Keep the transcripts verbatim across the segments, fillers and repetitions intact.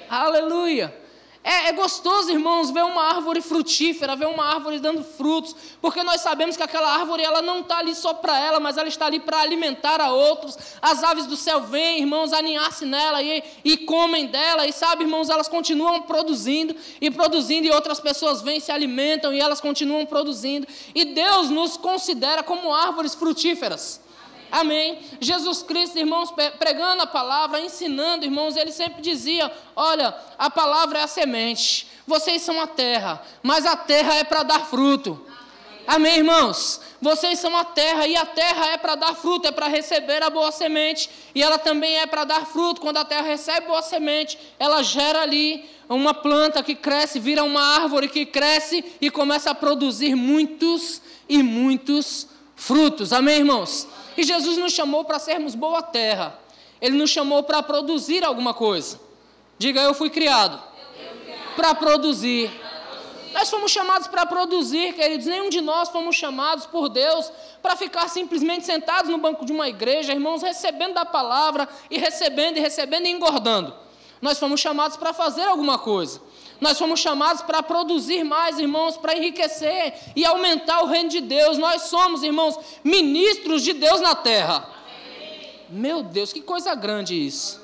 Aleluia. É, é gostoso, irmãos, ver uma árvore frutífera, ver uma árvore dando frutos, porque nós sabemos que aquela árvore ela não está ali só para ela, mas ela está ali para alimentar a outros. As aves do céu vêm, irmãos, aninhar-se nela e, e comem dela, e sabe, irmãos, elas continuam produzindo e produzindo, e outras pessoas vêm, se alimentam e elas continuam produzindo, e Deus nos considera como árvores frutíferas. Amém. Jesus Cristo, irmãos, pregando a palavra, ensinando, irmãos, ele sempre dizia, olha, a palavra é a semente, vocês são a terra, mas a terra é para dar fruto. Amém, irmãos? Vocês são a terra, e a terra é para dar fruto, é para receber a boa semente, e ela também é para dar fruto. Quando a terra recebe boa semente, ela gera ali uma planta que cresce, vira uma árvore que cresce e começa a produzir muitos e muitos frutos. Amém, irmãos? E Jesus nos chamou para sermos boa terra. Ele nos chamou para produzir alguma coisa. Diga, eu fui criado para produzir. Nós fomos chamados para produzir, queridos. Nenhum de nós fomos chamados por Deus para ficar simplesmente sentados no banco de uma igreja, irmãos, recebendo da palavra e recebendo e recebendo e engordando. Nós fomos chamados para fazer alguma coisa. Nós fomos chamados para produzir mais, irmãos, para enriquecer e aumentar o reino de Deus. Nós somos, irmãos, ministros de Deus na terra. Amém. Meu Deus, que coisa grande isso.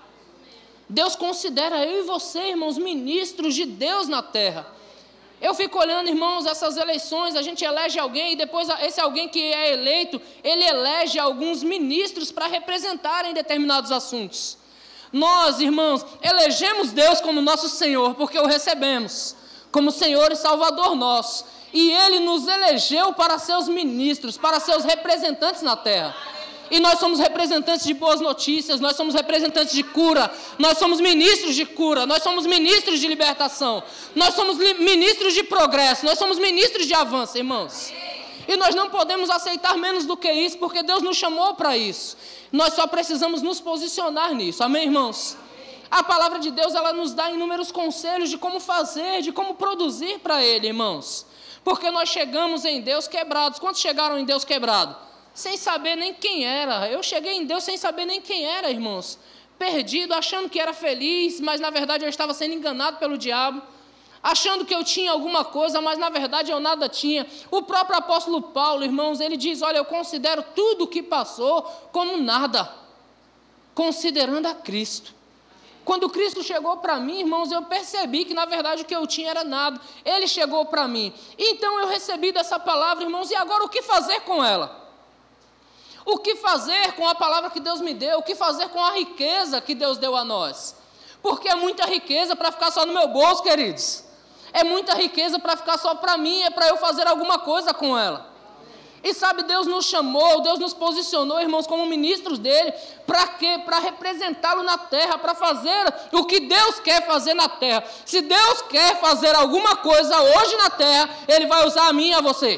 Deus considera eu e você, irmãos, ministros de Deus na terra. Eu fico olhando, irmãos, essas eleições, a gente elege alguém e depois esse alguém que é eleito, ele elege alguns ministros para representarem determinados assuntos. Nós, irmãos, elegemos Deus como nosso Senhor, porque o recebemos como Senhor e Salvador nosso. E Ele nos elegeu para seus ministros, para seus representantes na terra. E nós somos representantes de boas notícias, nós somos representantes de cura, nós somos ministros de cura, nós somos ministros de libertação, nós somos ministros de progresso, nós somos ministros de avanço, irmãos. E nós não podemos aceitar menos do que isso, porque Deus nos chamou para isso. Nós só precisamos nos posicionar nisso. Amém, irmãos? A palavra de Deus, ela nos dá inúmeros conselhos de como fazer, de como produzir para Ele, irmãos. Porque nós chegamos em Deus quebrados. Quantos chegaram em Deus quebrado? Sem saber nem quem era. Eu cheguei em Deus sem saber nem quem era, irmãos. Perdido, achando que era feliz, mas na verdade eu estava sendo enganado pelo diabo. Achando que eu tinha alguma coisa, mas na verdade eu nada tinha. O próprio apóstolo Paulo, irmãos, ele diz, olha, eu considero tudo o que passou como nada, considerando a Cristo. Quando Cristo chegou para mim, irmãos, eu percebi que na verdade o que eu tinha era nada. Ele chegou para mim. Então eu recebi dessa palavra, irmãos, e agora o que fazer com ela? O que fazer com a palavra que Deus me deu? O que fazer com a riqueza que Deus deu a nós? Porque é muita riqueza para ficar só no meu bolso, queridos. É muita riqueza para ficar só para mim, é para eu fazer alguma coisa com ela. E sabe, Deus nos chamou, Deus nos posicionou, irmãos, como ministros dele. Para quê? Para representá-lo na terra, para fazer o que Deus quer fazer na terra. Se Deus quer fazer alguma coisa hoje na terra, Ele vai usar a mim e a você.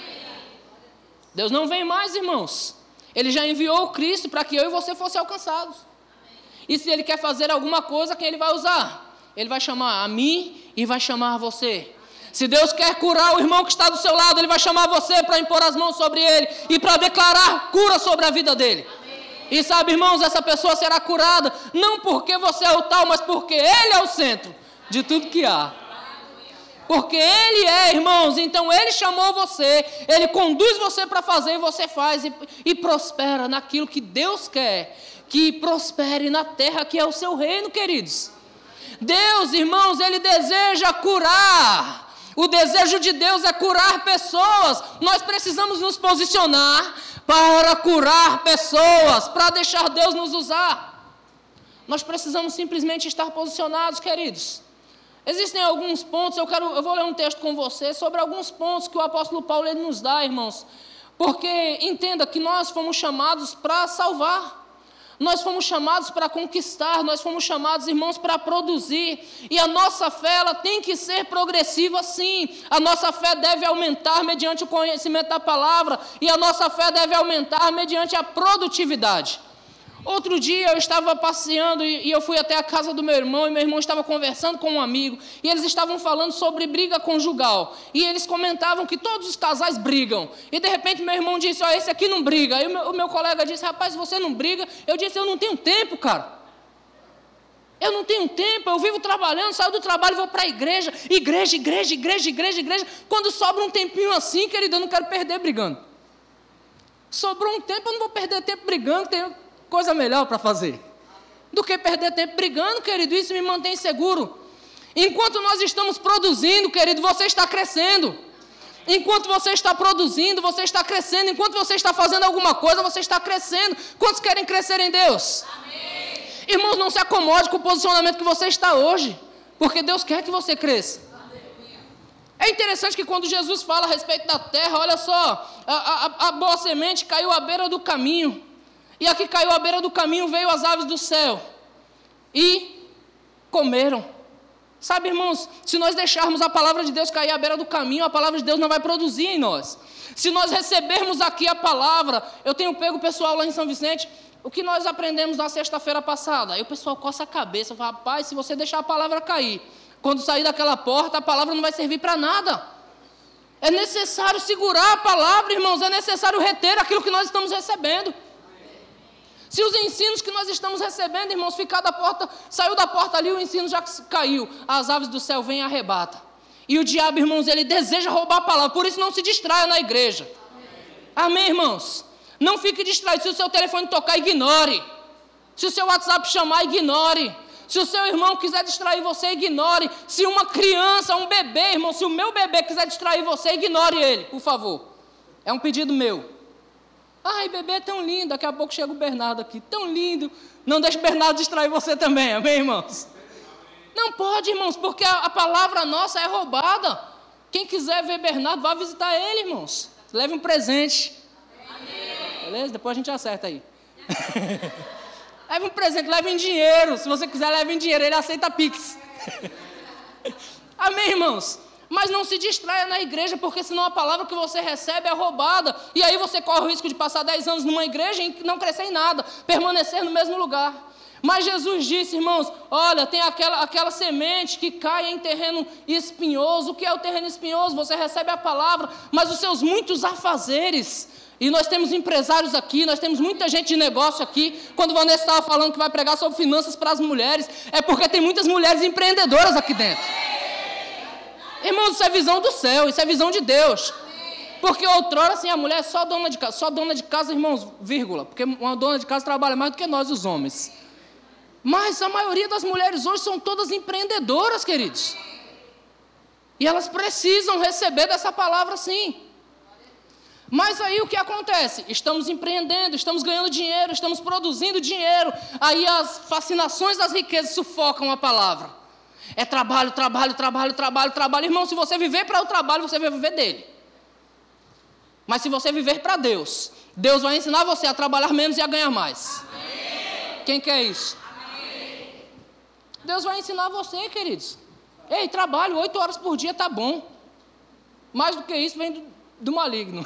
Deus não vem mais, irmãos. Ele já enviou o Cristo para que eu e você fossem alcançados. E se Ele quer fazer alguma coisa, quem Ele vai usar? Ele vai chamar a mim e vai chamar a você. Se Deus quer curar o irmão que está do seu lado, Ele vai chamar você para impor as mãos sobre ele e para declarar cura sobre a vida dele. Amém. E sabe, irmãos, essa pessoa será curada não porque você é o tal, mas porque Ele é o centro de tudo que há. Porque Ele é, irmãos, então Ele chamou você, Ele conduz você para fazer e você faz e, e prospera naquilo que Deus quer, que prospere na terra que é o seu reino, queridos. Deus, irmãos, Ele deseja curar. O desejo de Deus é curar pessoas. Nós precisamos nos posicionar para curar pessoas, para deixar Deus nos usar. Nós precisamos simplesmente estar posicionados, queridos. Existem alguns pontos, eu, quero, eu vou ler um texto com você sobre alguns pontos que o apóstolo Paulo ele nos dá, irmãos. Porque entenda que nós fomos chamados para salvar. Nós fomos chamados para conquistar, nós fomos chamados, irmãos, para produzir. E a nossa fé, ela tem que ser progressiva, sim. A nossa fé deve aumentar mediante o conhecimento da palavra. E a nossa fé deve aumentar mediante a produtividade. Outro dia eu estava passeando e eu fui até a casa do meu irmão, e meu irmão estava conversando com um amigo, e eles estavam falando sobre briga conjugal, e eles comentavam que todos os casais brigam, e de repente meu irmão disse, ó, esse aqui não briga, aí o meu, o meu colega disse, rapaz, você não briga? Eu disse, eu não tenho tempo, cara. Eu não tenho tempo, eu vivo trabalhando, saio do trabalho e vou para a igreja. Igreja, igreja, igreja, igreja, igreja. Quando sobra um tempinho assim, querido, eu não quero perder brigando. Sobrou um tempo, eu não vou perder tempo brigando, tenho coisa melhor para fazer. Do que perder tempo brigando, querido, isso me mantém seguro. Enquanto nós estamos produzindo, querido, você está crescendo. Enquanto você está produzindo, você está crescendo. Enquanto você está fazendo alguma coisa, você está crescendo. Quantos querem crescer em Deus? Amém. Irmãos, não se acomode com o posicionamento que você está hoje, porque Deus quer que você cresça. É interessante que quando Jesus fala a respeito da terra, olha só, a, a, a boa semente caiu à beira do caminho, e a que caiu à beira do caminho veio as aves do céu, e comeram. Sabe, irmãos, se nós deixarmos a palavra de Deus cair à beira do caminho, a palavra de Deus não vai produzir em nós. Se nós recebermos aqui a palavra, eu tenho pego o pessoal lá em São Vicente, o que nós aprendemos na sexta-feira passada? Aí o pessoal coça a cabeça, fala, rapaz, se você deixar a palavra cair, quando sair daquela porta, a palavra não vai servir para nada. É necessário segurar a palavra, irmãos, é necessário reter aquilo que nós estamos recebendo. Se os ensinos que nós estamos recebendo, irmãos, ficar da porta, saiu da porta ali, o ensino já caiu, as aves do céu vêm e arrebata. E o diabo, irmãos, ele deseja roubar a palavra, por isso não se distraia na igreja. Amém, Amém irmãos? Não fique distraído. Se o seu telefone tocar, ignore. Se o seu WhatsApp chamar, ignore. Se o seu irmão quiser distrair você, ignore. Se uma criança, um bebê, irmão, se o meu bebê quiser distrair você, ignore ele, por favor. É um pedido meu. Ai, bebê é tão lindo. Daqui a pouco chega o Bernardo aqui. Tão lindo. Não deixe o Bernardo distrair você também. Amém, irmãos? Não pode, irmãos, porque a, a palavra nossa é roubada. Quem quiser ver Bernardo, vá visitar ele, irmãos. Leve um presente. Beleza? Depois a gente acerta aí. Leve um presente, leve em dinheiro. Se você quiser, leve em dinheiro. Ele aceita Pix. Amém, irmãos? Mas não se distraia na igreja, porque senão a palavra que você recebe é roubada. E aí você corre o risco de passar dez anos numa igreja e não crescer em nada. Permanecer no mesmo lugar. Mas Jesus disse, irmãos, olha, tem aquela, aquela semente que cai em terreno espinhoso. O que é o terreno espinhoso? Você recebe a palavra, mas os seus muitos afazeres... E nós temos empresários aqui, nós temos muita gente de negócio aqui. Quando Vanessa estava falando que vai pregar sobre finanças para as mulheres, é porque tem muitas mulheres empreendedoras aqui dentro. Irmãos, isso é visão do céu, isso é visão de Deus. Porque outrora, assim, a mulher é só dona de casa, só dona de casa, irmãos, vírgula. Porque uma dona de casa trabalha mais do que nós, os homens. Mas a maioria das mulheres hoje são todas empreendedoras, queridos. E elas precisam receber dessa palavra, sim. Mas aí o que acontece? Estamos empreendendo, estamos ganhando dinheiro, estamos produzindo dinheiro. Aí as fascinações das riquezas sufocam a palavra. É trabalho, trabalho, trabalho, trabalho, trabalho. Irmão, se você viver para o trabalho, você vai viver dele. Mas se você viver para Deus, Deus vai ensinar você a trabalhar menos e a ganhar mais. Amém. Quem quer isso? Amém. Deus vai ensinar você, queridos. Ei, trabalho, oito horas por dia tá bom. Mais do que isso vem do... do maligno.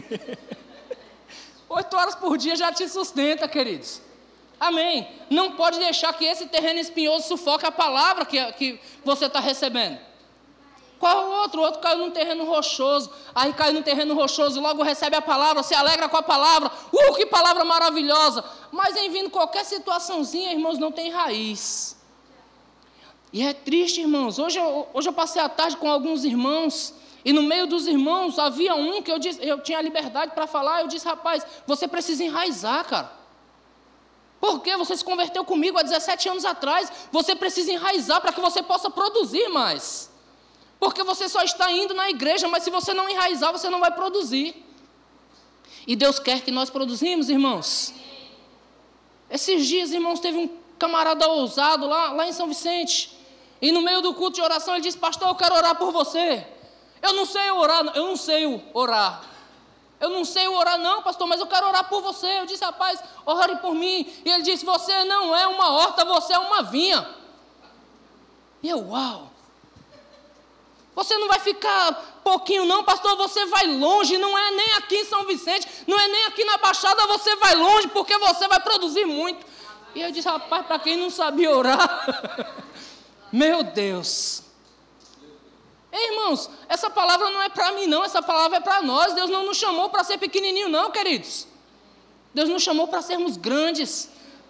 Oito horas por dia já te sustenta, queridos. Amém. Não pode deixar que esse terreno espinhoso sufoque a palavra que, que você está recebendo. Qual o outro? O outro caiu num terreno rochoso. Aí caiu num terreno rochoso, logo recebe a palavra, se alegra com a palavra. Uh, que palavra maravilhosa. Mas em vindo qualquer situaçãozinha, irmãos, não tem raiz. E é triste, irmãos. Hoje eu, hoje eu passei a tarde com alguns irmãos. E no meio dos irmãos havia um que eu, disse, eu tinha liberdade para falar. Eu disse, rapaz, você precisa enraizar, cara. Por quê? Você se converteu comigo há dezessete anos atrás. Você precisa enraizar para que você possa produzir mais. Porque você só está indo na igreja, mas se você não enraizar, você não vai produzir. E Deus quer que nós produzimos, irmãos. Esses dias, irmãos, teve um camarada ousado lá, lá em São Vicente. E no meio do culto de oração, ele disse, pastor, eu quero orar por você. Eu não sei orar, eu não sei orar. Eu não sei orar não, pastor, mas eu quero orar por você. Eu disse, rapaz, ore por mim. E ele disse, você não é uma horta, você é uma vinha. E eu, uau. Você não vai ficar pouquinho não, pastor, você vai longe. Não é nem aqui em São Vicente, não é nem aqui na Baixada, você vai longe, porque você vai produzir muito. E eu disse, rapaz, para quem não sabia orar. Meu Deus. Ei, irmãos, essa palavra não é para mim não, essa palavra é para nós. Deus não nos chamou para ser pequenininho não, queridos. Deus nos chamou para sermos grandes.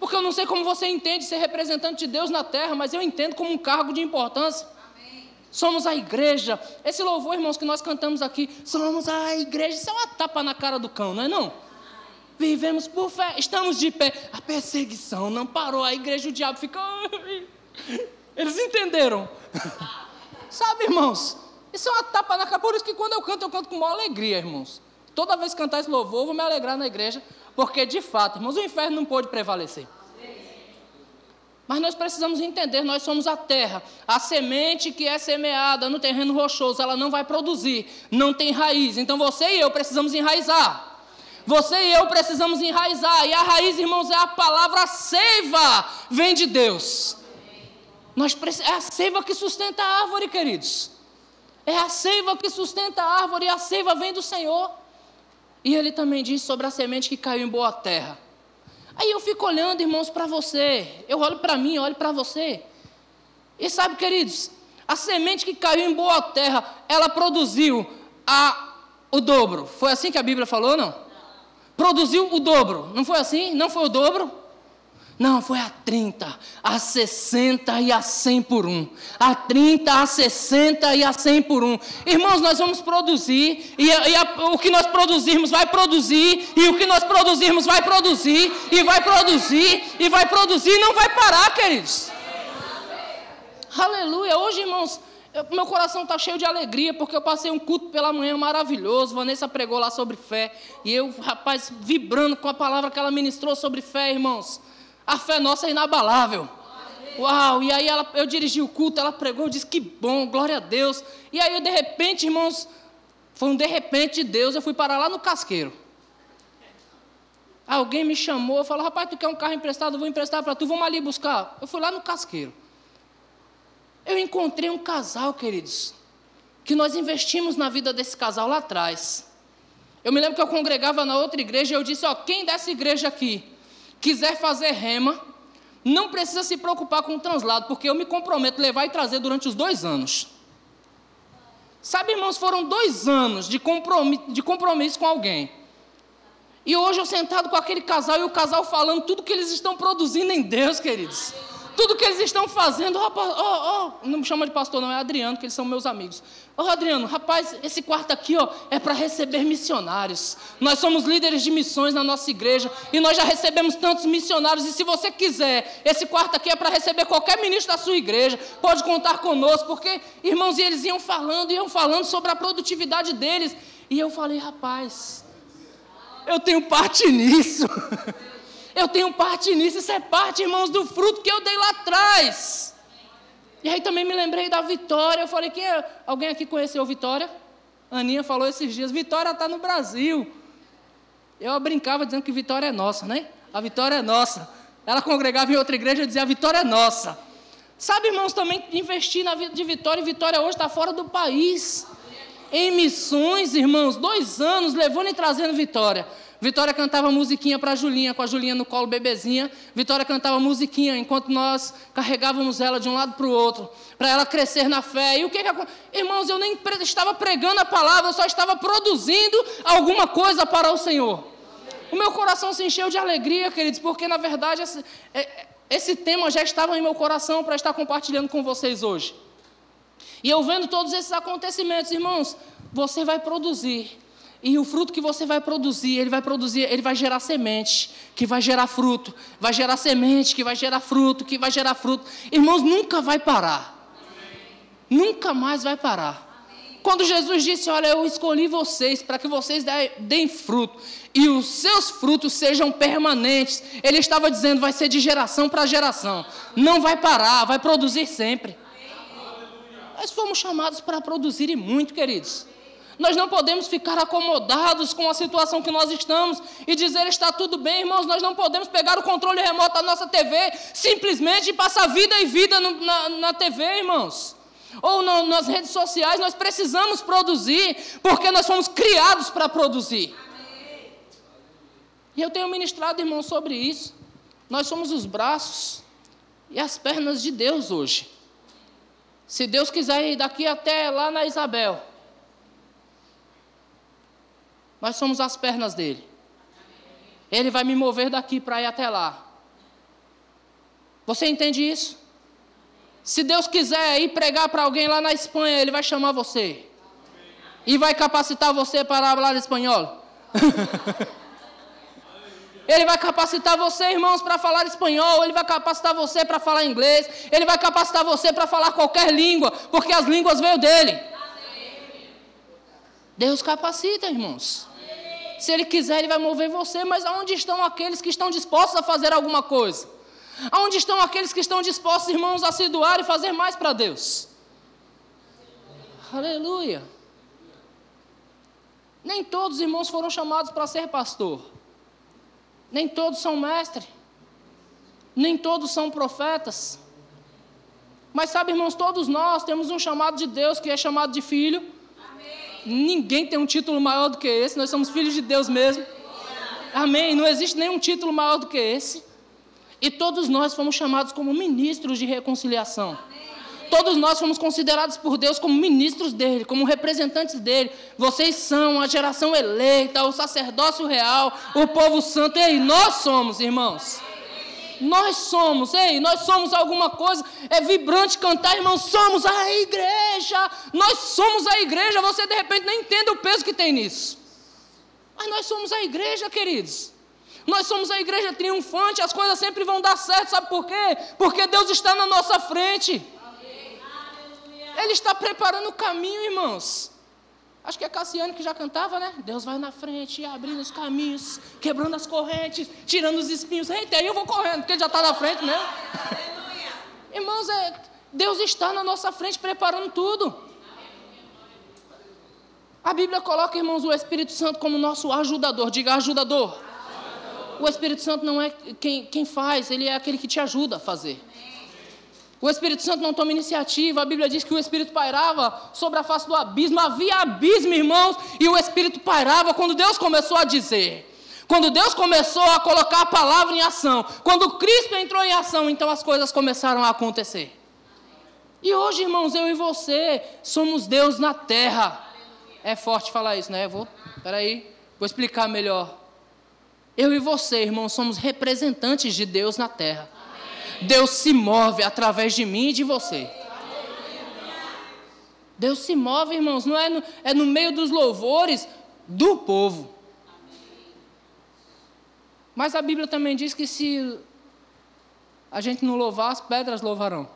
Porque eu não sei como você entende ser representante de Deus na terra, mas eu entendo como um cargo de importância. Amém. Somos a igreja. Esse louvor, irmãos, que nós cantamos aqui, somos a igreja. Isso é uma tapa na cara do cão, não é não? Vivemos por fé, estamos de pé. A perseguição não parou, a igreja, o diabo fica... Eles entenderam. Sabe, irmãos, isso é uma tapa na cara. Por isso que quando eu canto, eu canto com maior alegria, irmãos. Toda vez que cantar esse louvor, eu vou me alegrar na igreja, porque de fato, irmãos, o inferno não pôde prevalecer. Mas nós precisamos entender, nós somos a terra. A semente que é semeada no terreno rochoso, ela não vai produzir, não tem raiz. Então você e eu precisamos enraizar. Você e eu precisamos enraizar. E a raiz, irmãos, é a palavra seiva, vem de Deus. Nós precisamos, é a seiva que sustenta a árvore, queridos. É a seiva que sustenta a árvore, e a seiva vem do Senhor. E ele também diz sobre a semente que caiu em boa terra. Aí eu fico olhando, irmãos, para você. Eu olho para mim, olho para você. E sabe, queridos, a semente que caiu em boa terra, ela produziu a, o dobro. Foi assim que a Bíblia falou, não? Produziu o dobro. Não foi assim? Não foi o dobro? Não, foi a trinta, a sessenta e a cem por um. A trinta, a sessenta e a cem por um. Irmãos, nós vamos produzir, e, a, e a, o que nós produzirmos vai produzir, e o que nós produzirmos vai produzir, e vai produzir, e vai produzir, e não vai parar, queridos. Aleluia. Hoje, irmãos, eu, meu coração está cheio de alegria, porque eu passei um culto pela manhã maravilhoso. Vanessa pregou lá sobre fé, e eu, rapaz, vibrando com a palavra que ela ministrou sobre fé, irmãos. A fé nossa é inabalável. Uau, e aí ela, eu dirigi o culto, ela pregou, eu disse que bom, glória a Deus. E aí, eu, de repente, irmãos, foi um de repente de Deus, eu fui parar lá no Casqueiro. Alguém me chamou, falou, rapaz, tu quer um carro emprestado? Eu vou emprestar para tu, vamos ali buscar. Eu fui lá no Casqueiro. Eu encontrei um casal, queridos, que nós investimos na vida desse casal lá atrás. Eu me lembro que eu congregava na outra igreja, e eu disse, ó, quem dessa igreja aqui quiser fazer rema, não precisa se preocupar com o translado, porque eu me comprometo a levar e trazer durante os dois anos. Sabe, irmãos, foram dois anos de compromisso, de compromisso com alguém. E hoje eu sentado com aquele casal, e o casal falando tudo que eles estão produzindo em Deus, queridos. Tudo que eles estão fazendo. Oh, oh, oh, não me chama de pastor, não, é Adriano, que eles são meus amigos. Ô, oh, Adriano, rapaz, esse quarto aqui, ó, é para receber missionários. Nós somos líderes de missões na nossa igreja, e nós já recebemos tantos missionários, e se você quiser, esse quarto aqui é para receber qualquer ministro da sua igreja, pode contar conosco, porque, irmãos, e eles iam falando, iam falando sobre a produtividade deles, e eu falei, rapaz, eu tenho parte nisso. Eu tenho parte nisso, isso é parte, irmãos, do fruto que eu dei lá atrás. E aí também me lembrei da Vitória. Eu falei, quem é? Alguém aqui conheceu Vitória? A Aninha falou esses dias, Vitória está no Brasil. Eu brincava dizendo que Vitória é nossa, né? A Vitória é nossa. Ela congregava em outra igreja e dizia, a Vitória é nossa. Sabe, irmãos, também investir na vida de Vitória, e Vitória hoje está fora do país. Em missões, irmãos, dois anos levando e trazendo Vitória. Vitória cantava musiquinha para a Julinha, com a Julinha no colo, bebezinha. Vitória cantava musiquinha enquanto nós carregávamos ela de um lado para o outro, para ela crescer na fé. E o que que aconteceu? Irmãos, eu nem pre- estava pregando a palavra, eu só estava produzindo alguma coisa para o Senhor. O meu coração se encheu de alegria, queridos, porque na verdade esse, esse tema já estava em meu coração para estar compartilhando com vocês hoje. E eu vendo todos esses acontecimentos, irmãos, você vai produzir. E o fruto que você vai produzir, ele vai produzir, ele vai gerar semente, que vai gerar fruto, vai gerar semente, que vai gerar fruto, que vai gerar fruto. Irmãos, nunca vai parar. Amém. Nunca mais vai parar. Amém. Quando Jesus disse, olha, eu escolhi vocês para que vocês deem fruto, e os seus frutos sejam permanentes, ele estava dizendo, vai ser de geração para geração. Não vai parar, vai produzir sempre. Amém. Nós fomos chamados para produzir e muito, queridos. Nós não podemos ficar acomodados com a situação que nós estamos e dizer está tudo bem, irmãos. Nós não podemos pegar o controle remoto da nossa T V simplesmente e passar vida e vida no, na, na T V, irmãos. Ou no, nas redes sociais. Nós precisamos produzir porque nós fomos criados para produzir. Amém. E eu tenho ministrado, irmãos, sobre isso. Nós somos os braços e as pernas de Deus hoje. Se Deus quiser ir daqui até lá na Isabel, nós somos as pernas dele. Ele vai me mover daqui para ir até lá. Você entende isso? Se Deus quiser ir pregar para alguém lá na Espanha, Ele vai chamar você. E vai capacitar você para falar espanhol. Ele vai capacitar você, irmãos, para falar espanhol. Ele vai capacitar você para falar inglês. Ele vai capacitar você para falar qualquer língua, porque as línguas veio dele. Deus capacita, irmãos. Se Ele quiser, Ele vai mover você. Mas aonde estão aqueles que estão dispostos a fazer alguma coisa? Aonde estão aqueles que estão dispostos, irmãos, a se doar e fazer mais para Deus? Aleluia. Nem todos os irmãos foram chamados para ser pastor. Nem todos são mestres. Nem todos são profetas. Mas sabe, irmãos, todos nós temos um chamado de Deus, que é chamado de filho. Amém. Ninguém tem um título maior do que esse. Nós somos filhos de Deus mesmo. Amém. Não existe nenhum título maior do que esse. E todos nós fomos chamados como ministros de reconciliação. Todos nós fomos considerados por Deus como ministros dele, como representantes dele. Vocês são a geração eleita, o sacerdócio real, o povo santo. Ei, nós somos, irmãos. Nós somos, ei, nós somos alguma coisa. É vibrante cantar, irmãos, somos a igreja. Nós somos a igreja. Você de repente não entende o peso que tem nisso. Mas nós somos a igreja, queridos. Nós somos a igreja triunfante, as coisas sempre vão dar certo, sabe por quê? Porque Deus está na nossa frente. Ele está preparando o caminho, irmãos. Acho que é Cassiane que já cantava, né? Deus vai na frente, abrindo os caminhos, quebrando as correntes, tirando os espinhos. Eita, aí eu vou correndo, porque ele já está na frente mesmo. Irmãos, é, Deus está na nossa frente preparando tudo. A Bíblia coloca, irmãos, o Espírito Santo como nosso ajudador. Diga, ajudador. O Espírito Santo não é quem, quem faz, ele é aquele que te ajuda a fazer. O Espírito Santo não toma iniciativa. A Bíblia diz que o Espírito pairava sobre a face do abismo. Havia abismo, irmãos, e o Espírito pairava quando Deus começou a dizer. Quando Deus começou a colocar a palavra em ação. Quando Cristo entrou em ação, então as coisas começaram a acontecer. E hoje, irmãos, eu e você somos Deus na terra. É forte falar isso, né? Eu vou, peraí, vou explicar melhor. Eu e você, irmãos, somos representantes de Deus na terra. Amém. Deus se move através de mim e de você. Amém. Deus se move, irmãos, não é no, é no meio dos louvores do povo. Amém. Mas a Bíblia também diz que se a gente não louvar, as pedras louvarão.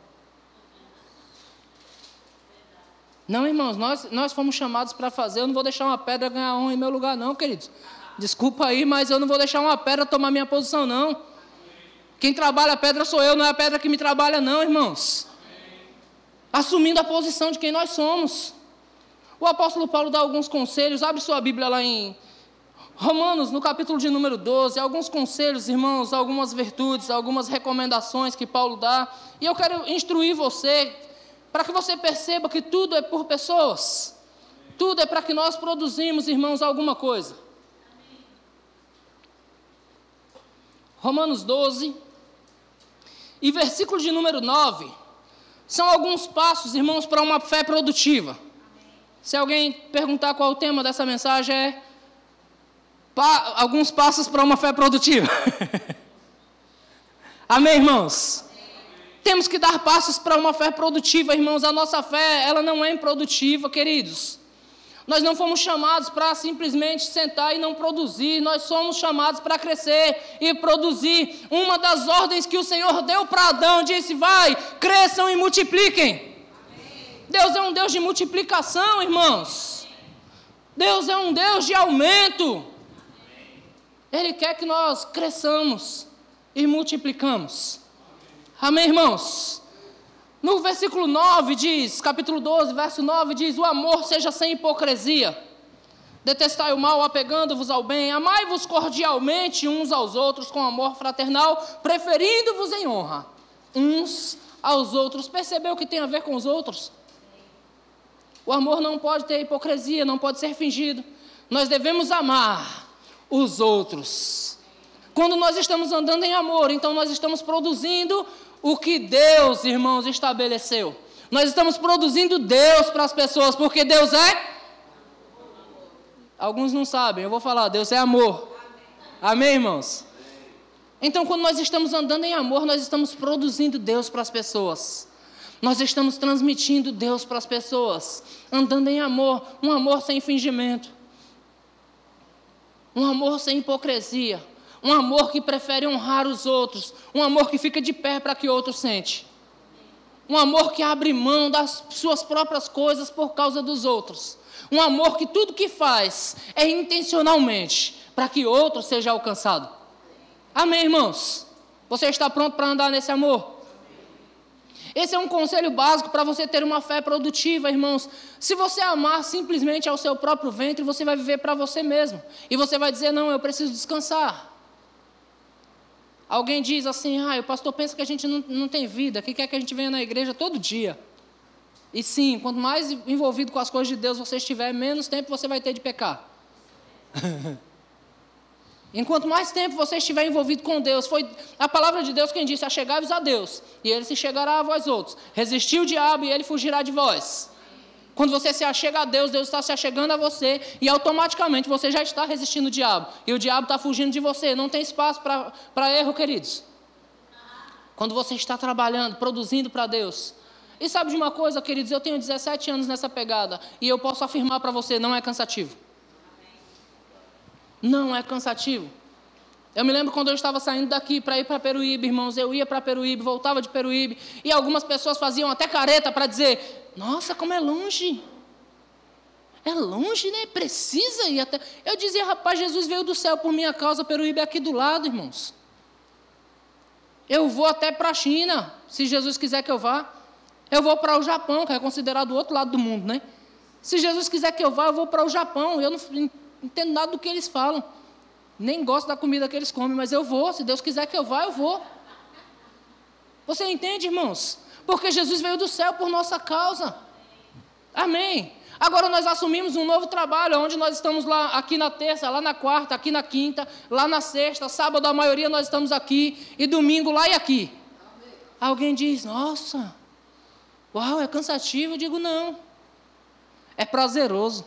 Não, irmãos, nós, nós fomos chamados para fazer. Eu não vou deixar uma pedra ganhar honra em meu lugar, não, queridos. Desculpa aí, mas eu não vou deixar uma pedra tomar minha posição, não. Quem trabalha a pedra sou eu, não é a pedra que me trabalha, não, irmãos. Assumindo a posição de quem nós somos. O apóstolo Paulo dá alguns conselhos. Abre sua Bíblia lá em Romanos, no capítulo de número doze. Alguns conselhos, irmãos, algumas virtudes, algumas recomendações que Paulo dá. E eu quero instruir você, para que você perceba que tudo é por pessoas. Tudo é para que nós produzimos, irmãos, alguma coisa. Romanos doze, e versículo de número nove, são alguns passos, irmãos, para uma fé produtiva. Se alguém perguntar qual é o tema dessa mensagem, é pa, alguns passos para uma fé produtiva. Amém, irmãos? Amém. Temos que dar passos para uma fé produtiva, irmãos. A nossa fé, ela não é improdutiva, queridos. Nós não fomos chamados para simplesmente sentar e não produzir. Nós somos chamados para crescer e produzir. Uma das ordens que o Senhor deu para Adão, disse, vai, cresçam e multipliquem. Amém. Deus é um Deus de multiplicação, irmãos. Amém. Deus é um Deus de aumento. Amém. Ele quer que nós cresçamos e multiplicamos. Amém, irmãos? No versículo nove diz, capítulo doze, verso nove diz, o amor seja sem hipocrisia. Detestai o mal, apegando-vos ao bem. Amai-vos cordialmente uns aos outros com amor fraternal, preferindo-vos em honra uns aos outros. Percebeu o que tem a ver com os outros? O amor não pode ter hipocrisia, não pode ser fingido. Nós devemos amar os outros. Quando nós estamos andando em amor, então nós estamos produzindo o que Deus, irmãos, estabeleceu. Nós estamos produzindo Deus para as pessoas, porque Deus é... Alguns não sabem, eu vou falar, Deus é amor. Amém, irmãos? Então, quando nós estamos andando em amor, nós estamos produzindo Deus para as pessoas. Nós estamos transmitindo Deus para as pessoas, andando em amor, um amor sem fingimento, um amor sem hipocrisia, um amor que prefere honrar os outros, um amor que fica de pé para que o outro sente, um amor que abre mão das suas próprias coisas por causa dos outros, um amor que tudo que faz é intencionalmente para que outro seja alcançado. Amém, irmãos? Você está pronto para andar nesse amor? Esse é um conselho básico para você ter uma fé produtiva, irmãos. Se você amar simplesmente ao seu próprio ventre, você vai viver para você mesmo. E você vai dizer, não, eu preciso descansar. Alguém diz assim, ah, o pastor pensa que a gente não, não tem vida, que quer que a gente venha na igreja todo dia. E sim, quanto mais envolvido com as coisas de Deus você estiver, menos tempo você vai ter de pecar. Enquanto mais tempo você estiver envolvido com Deus, foi a palavra de Deus quem disse, achegai-vos a Deus, e Ele se chegará a vós outros. Resistir o diabo e Ele fugirá de vós. Quando você se achega a Deus, Deus está se achegando a você, e automaticamente você já está resistindo o diabo, e o diabo está fugindo de você, não tem espaço para erro, queridos. Quando você está trabalhando, produzindo para Deus. E sabe de uma coisa, queridos, eu tenho dezessete anos nessa pegada, e eu posso afirmar para você, não é cansativo. Não é cansativo. Eu me lembro quando eu estava saindo daqui para ir para Peruíbe, irmãos, eu ia para Peruíbe, voltava de Peruíbe, e algumas pessoas faziam até careta para dizer, nossa, como é longe. É longe, né? Precisa ir até... Eu dizia, rapaz, Jesus veio do céu por minha causa, Peruíbe é aqui do lado, irmãos. Eu vou até para a China, se Jesus quiser que eu vá. Eu vou para o Japão, que é considerado o outro lado do mundo, né? Se Jesus quiser que eu vá, eu vou para o Japão. Eu não não entendo nada do que eles falam. Nem gosto da comida que eles comem, mas eu vou. Se Deus quiser que eu vá, eu vou. Você entende, irmãos? Porque Jesus veio do céu por nossa causa. Amém. Agora nós assumimos um novo trabalho, onde nós estamos lá, aqui na terça, lá na quarta, aqui na quinta, lá na sexta, sábado a maioria nós estamos aqui, e domingo lá e aqui. Amém. Alguém diz, nossa, uau, é cansativo. Eu digo, não. É prazeroso.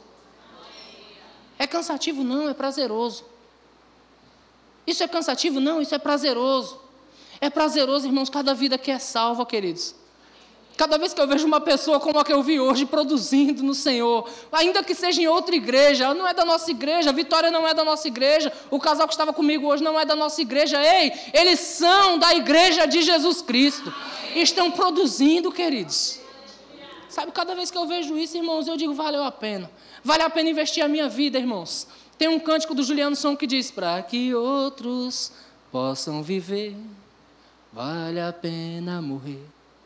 É cansativo? Não, é prazeroso. Isso é cansativo? Não, isso é prazeroso. É prazeroso, irmãos, cada vida que é salva, queridos. Cada vez que eu vejo uma pessoa como a que eu vi hoje, produzindo no Senhor, ainda que seja em outra igreja, não é da nossa igreja, a Vitória não é da nossa igreja, o casal que estava comigo hoje não é da nossa igreja, ei, eles são da igreja de Jesus Cristo. Estão produzindo, queridos. Sabe, cada vez que eu vejo isso, irmãos, eu digo, valeu a pena. Vale a pena investir a minha vida, irmãos. Tem um cântico do Juliano Som que diz, para que outros possam viver, vale a pena morrer.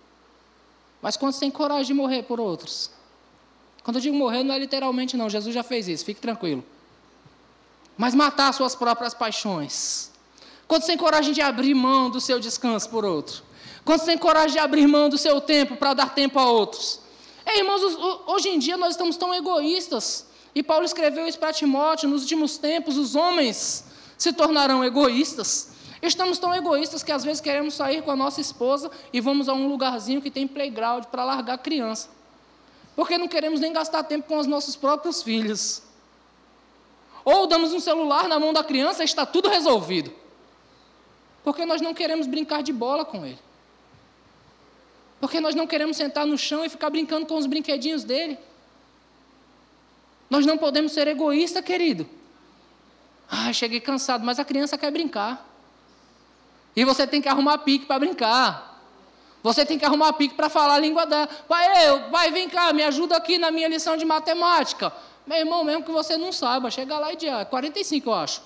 Mas quantos têm coragem de morrer por outros? Quando eu digo morrer, não é literalmente não, Jesus já fez isso, fique tranquilo. Mas matar suas próprias paixões. Quantos têm coragem de abrir mão do seu descanso por outro? Quantos têm coragem de abrir mão do seu tempo para dar tempo a outros? Ei, irmãos, hoje em dia nós estamos tão egoístas, e Paulo escreveu isso para Timóteo, nos últimos tempos os homens se tornarão egoístas. Estamos tão egoístas que às vezes queremos sair com a nossa esposa e vamos a um lugarzinho que tem playground para largar a criança, porque não queremos nem gastar tempo com os nossos próprios filhos. Ou damos um celular na mão da criança e está tudo resolvido, porque nós não queremos brincar de bola com ele. Porque nós não queremos sentar no chão e ficar brincando com os brinquedinhos dele. Nós não podemos ser egoístas, querido. Ah, cheguei cansado, mas a criança quer brincar. E você tem que arrumar pique para brincar. Você tem que arrumar pique para falar a língua dela. Pai, eu, pai, vem cá, me ajuda aqui na minha lição de matemática. Meu irmão, mesmo que você não saiba, chega lá e diz, ah, quarenta e cinco eu acho.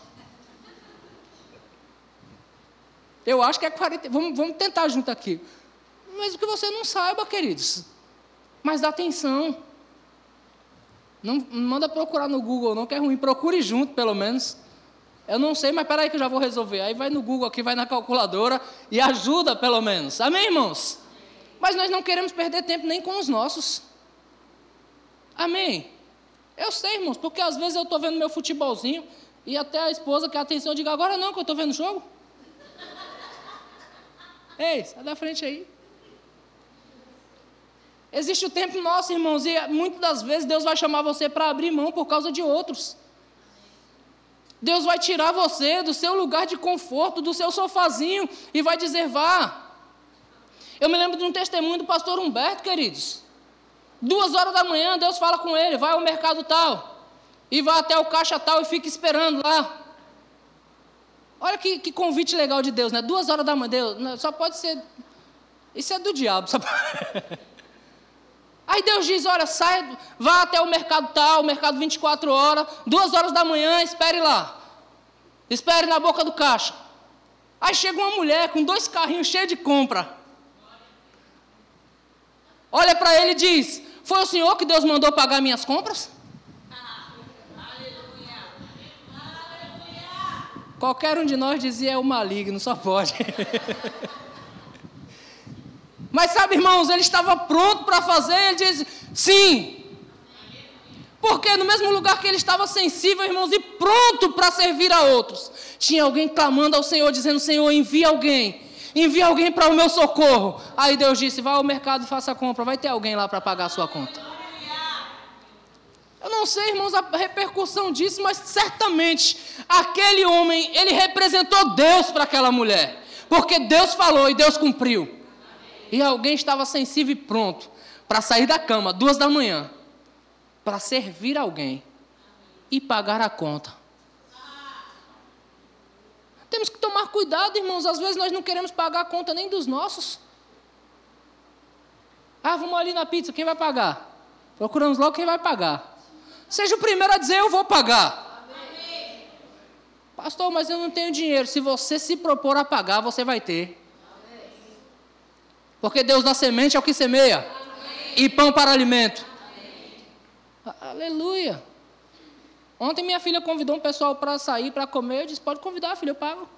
Eu acho que é quarenta, vamos, vamos tentar junto aqui. Mesmo que você não saiba, queridos. Mas dá atenção. Não, não manda procurar no Google, não, que é ruim. Procure junto, pelo menos. Eu não sei, mas peraí que eu já vou resolver. Aí vai no Google aqui, vai na calculadora e ajuda, pelo menos. Amém, irmãos? Mas nós não queremos perder tempo nem com os nossos. Amém? Eu sei, irmãos, porque às vezes eu estou vendo meu futebolzinho e até a esposa quer atenção, eu digo, agora não, que eu estou vendo o jogo. Ei, sai da frente aí. Existe o tempo nosso, irmãos, e muitas das vezes Deus vai chamar você para abrir mão por causa de outros. Deus vai tirar você do seu lugar de conforto, do seu sofazinho, e vai dizer, vá. Eu me lembro de um testemunho do pastor Humberto, queridos. Duas horas da manhã, Deus fala com ele, vai ao mercado tal, e vai até o caixa tal e fica esperando lá. Olha que, que convite legal de Deus, né? Duas horas da manhã, Deus, só pode ser... Isso é do diabo, sabe? Aí Deus diz, olha, sai, vá até o mercado tal, o mercado vinte e quatro horas, duas horas da manhã, espere lá. Espere na boca do caixa. Aí chega uma mulher com dois carrinhos cheios de compra. Olha para ele e diz, foi o senhor que Deus mandou pagar minhas compras? Qualquer um de nós dizia, é o maligno, só pode. Mas sabe, irmãos, ele estava pronto para fazer, ele diz, sim. Porque no mesmo lugar que ele estava sensível, irmãos, e pronto para servir a outros, tinha alguém clamando ao Senhor, dizendo, Senhor, envia alguém, envia alguém para o meu socorro. Aí Deus disse, vá ao mercado e faça a compra, vai ter alguém lá para pagar a sua conta. Eu não sei, irmãos, a repercussão disso, mas certamente aquele homem, ele representou Deus para aquela mulher, porque Deus falou e Deus cumpriu. E alguém estava sensível e pronto para sair da cama, duas da manhã, para servir alguém e pagar a conta. Temos que tomar cuidado, irmãos, às vezes nós não queremos pagar a conta nem dos nossos. Ah, vamos ali na pizza, quem vai pagar? Procuramos logo quem vai pagar. Seja o primeiro a dizer, eu vou pagar. Amém. Pastor, mas eu não tenho dinheiro. Se você se propor a pagar, você vai ter. Porque Deus dá semente ao que semeia. Amém. E pão para alimento. Amém. Aleluia. Ontem minha filha convidou um pessoal para sair, para comer. Eu disse, pode convidar, filha, eu pago.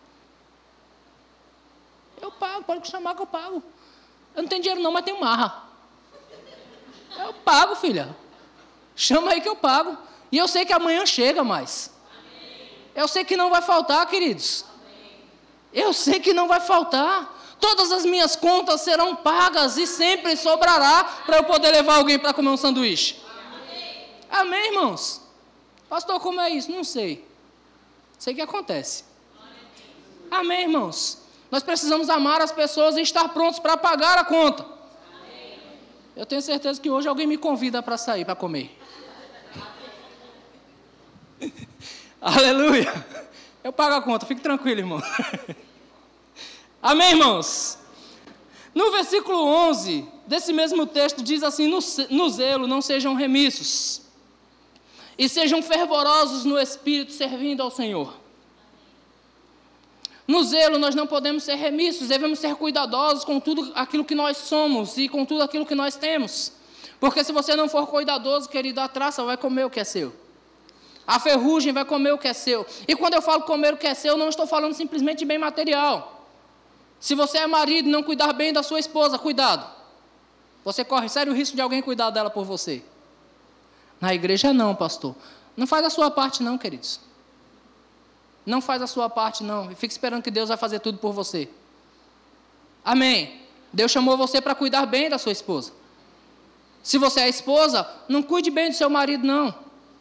Eu pago, pode chamar que eu pago. Eu não tenho dinheiro não, mas tenho marra. Eu pago, filha. Chama aí que eu pago. E eu sei que amanhã chega mais. Amém. Eu sei que não vai faltar, queridos. Amém. Eu sei que não vai faltar. Todas as minhas contas serão pagas e sempre sobrará para eu poder levar alguém para comer um sanduíche. Amém. Amém, irmãos? Pastor, como é isso? Não sei. Sei que acontece. Amém, irmãos? Nós precisamos amar as pessoas e estar prontos para pagar a conta. Amém. Eu tenho certeza que hoje alguém me convida para sair, para comer. Aleluia. Eu pago a conta, fique tranquilo, irmão. Amém, irmãos? No versículo onze desse mesmo texto diz assim, no, no zelo não sejam remissos, e sejam fervorosos no Espírito, servindo ao Senhor. No zelo nós não podemos ser remissos, devemos ser cuidadosos com tudo aquilo que nós somos e com tudo aquilo que nós temos. Porque se você não for cuidadoso, querido, a traça vai comer o que é seu. A ferrugem vai comer o que é seu. E quando eu falo comer o que é seu, eu não estou falando simplesmente de bem material. Se você é marido e não cuidar bem da sua esposa, cuidado. Você corre sério risco de alguém cuidar dela por você. Na igreja não, pastor. Não faz a sua parte não, queridos. Não faz a sua parte não. E fica esperando que Deus vai fazer tudo por você. Amém. Deus chamou você para cuidar bem da sua esposa. Se você é esposa, não cuide bem do seu marido não.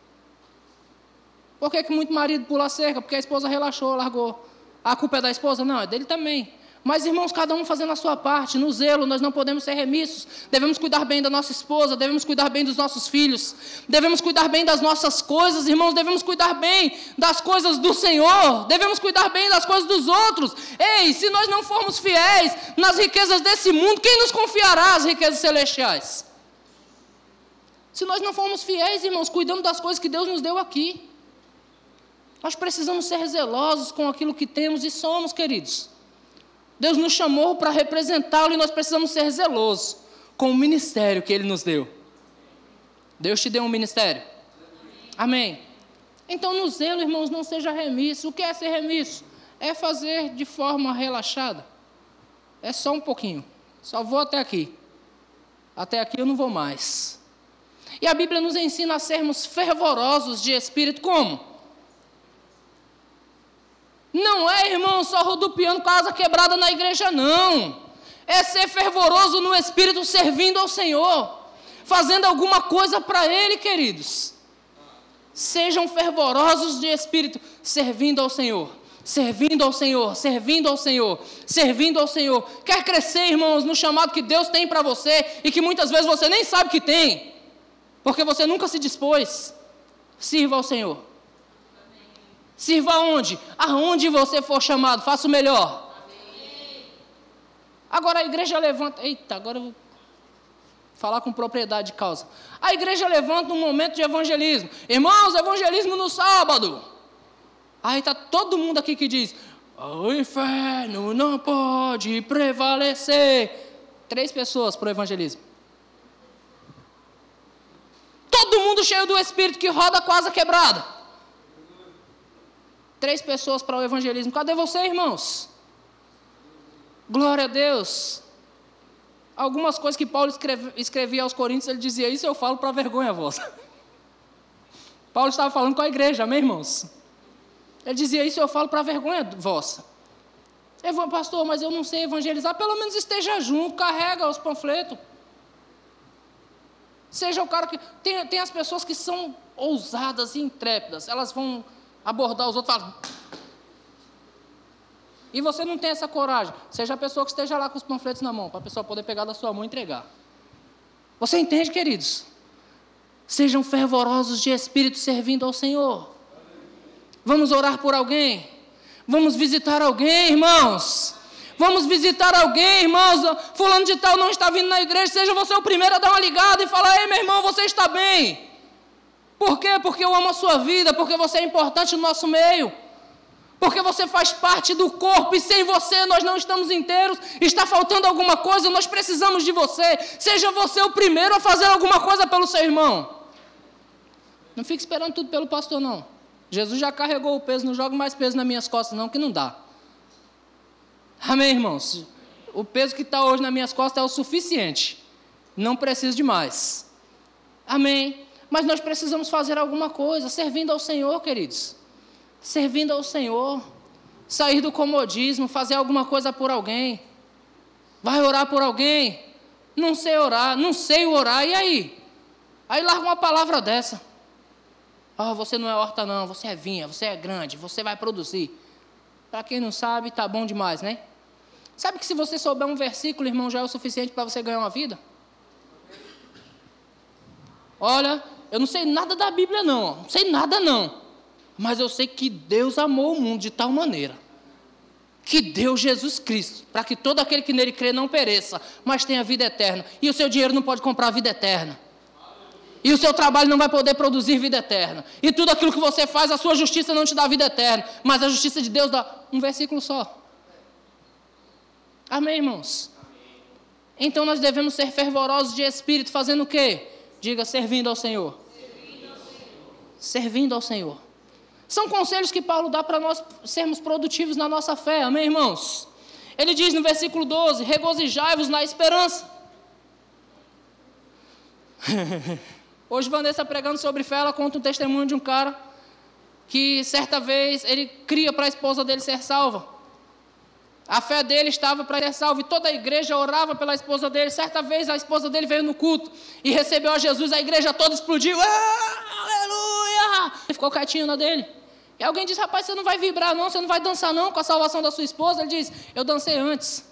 Por que que muito marido pula a cerca? Porque a esposa relaxou, largou. A culpa é da esposa? Não, é dele também. Mas, irmãos, cada um fazendo a sua parte, no zelo, nós não podemos ser remissos, devemos cuidar bem da nossa esposa, devemos cuidar bem dos nossos filhos, devemos cuidar bem das nossas coisas, irmãos, devemos cuidar bem das coisas do Senhor, devemos cuidar bem das coisas dos outros. Ei, se nós não formos fiéis nas riquezas desse mundo, quem nos confiará as riquezas celestiais? Se nós não formos fiéis, irmãos, cuidando das coisas que Deus nos deu aqui, nós precisamos ser zelosos com aquilo que temos e somos, queridos. Deus nos chamou para representá-lo e nós precisamos ser zelosos com o ministério que Ele nos deu. Deus te deu um ministério? Amém. Amém. Então, no zelo, irmãos, não seja remisso. O que é ser remisso? É fazer de forma relaxada. É só um pouquinho. Só vou até aqui. Até aqui eu não vou mais. E a Bíblia nos ensina a sermos fervorosos de espírito. Como? Não é, irmão, só rodopiando casa quebrada na igreja, não. É ser fervoroso no Espírito, servindo ao Senhor, fazendo alguma coisa para Ele, queridos. Sejam fervorosos de espírito, servindo ao Senhor, servindo ao Senhor, servindo ao Senhor, servindo ao Senhor. Quer crescer, irmãos, no chamado que Deus tem para você e que muitas vezes você nem sabe que tem, porque você nunca se dispôs. Sirva ao Senhor. Amém. Sirva aonde? Aonde você for chamado, faça o melhor. Amém. Agora a igreja levanta... Eita, agora eu vou falar com propriedade de causa. A igreja levanta um momento de evangelismo. Irmãos, evangelismo no sábado. Aí está todo mundo aqui que diz: o inferno não pode prevalecer. Três pessoas para o evangelismo. Todo mundo cheio do Espírito que roda com a asa quebrada. Três pessoas para o evangelismo. Cadê você, irmãos? Glória a Deus. Algumas coisas que Paulo escreve, escrevia aos Coríntios, ele dizia: isso eu falo para vergonha vossa. Paulo estava falando com a igreja, amém, irmãos? Ele dizia: isso eu falo para vergonha vossa. Eu vou, pastor, mas eu não sei evangelizar. Pelo menos esteja junto, carrega os panfletos. Seja o cara que... Tem, tem as pessoas que são ousadas e intrépidas. Elas vão abordar os outros e falam... E você não tem essa coragem. Seja a pessoa que esteja lá com os panfletos na mão, para a pessoa poder pegar da sua mão e entregar. Você entende, queridos? Sejam fervorosos de espírito servindo ao Senhor. Vamos orar por alguém? Vamos visitar alguém, irmãos? Vamos visitar alguém, irmãos? Fulano de tal não está vindo na igreja. Seja você o primeiro a dar uma ligada e falar: ei, meu irmão, você está bem? Por quê? Porque eu amo a sua vida, porque você é importante no nosso meio, porque você faz parte do corpo e sem você nós não estamos inteiros. Está faltando alguma coisa, nós precisamos de você. Seja você o primeiro a fazer alguma coisa pelo seu irmão. Não fique esperando tudo pelo pastor, não. Jesus já carregou o peso, não joga mais peso nas minhas costas, não, que não dá. Amém, irmãos? O peso que está hoje nas minhas costas é o suficiente. Não preciso de mais. Amém? Mas nós precisamos fazer alguma coisa, servindo ao Senhor, queridos. Servindo ao Senhor. Sair do comodismo, fazer alguma coisa por alguém. Vai orar por alguém? Não sei orar, não sei orar, e aí? Aí larga uma palavra dessa. Oh, você não é horta não, você é vinha, você é grande, você vai produzir. Para quem não sabe, tá bom demais, né? Sabe que se você souber um versículo, irmão, já é o suficiente para você ganhar uma vida? Olha, eu não sei nada da Bíblia não, não sei nada não. Mas eu sei que Deus amou o mundo de tal maneira que deu Jesus Cristo, para que todo aquele que nele crê não pereça, mas tenha vida eterna. E o seu dinheiro não pode comprar a vida eterna. E o seu trabalho não vai poder produzir vida eterna. E tudo aquilo que você faz, a sua justiça não te dá vida eterna, mas a justiça de Deus dá um versículo só. Amém, irmãos? Amém. Então nós devemos ser fervorosos de espírito, fazendo o quê? Diga: servindo ao Senhor. Servindo ao Senhor. Servindo ao Senhor. São conselhos que Paulo dá para nós sermos produtivos na nossa fé. Amém, irmãos? Ele diz no versículo doze: regozijai-vos na esperança. Hoje Vanessa pregando sobre fé, ela conta um testemunho de um cara que certa vez ele cria para a esposa dele ser salva. A fé dele estava para ser salva e toda a igreja orava pela esposa dele. Certa vez a esposa dele veio no culto e recebeu a Jesus, a igreja toda explodiu. Ah, aleluia! Ele ficou quietinho na dele. E alguém disse: rapaz, você não vai vibrar não, você não vai dançar não com a salvação da sua esposa? Ele diz: eu dancei antes.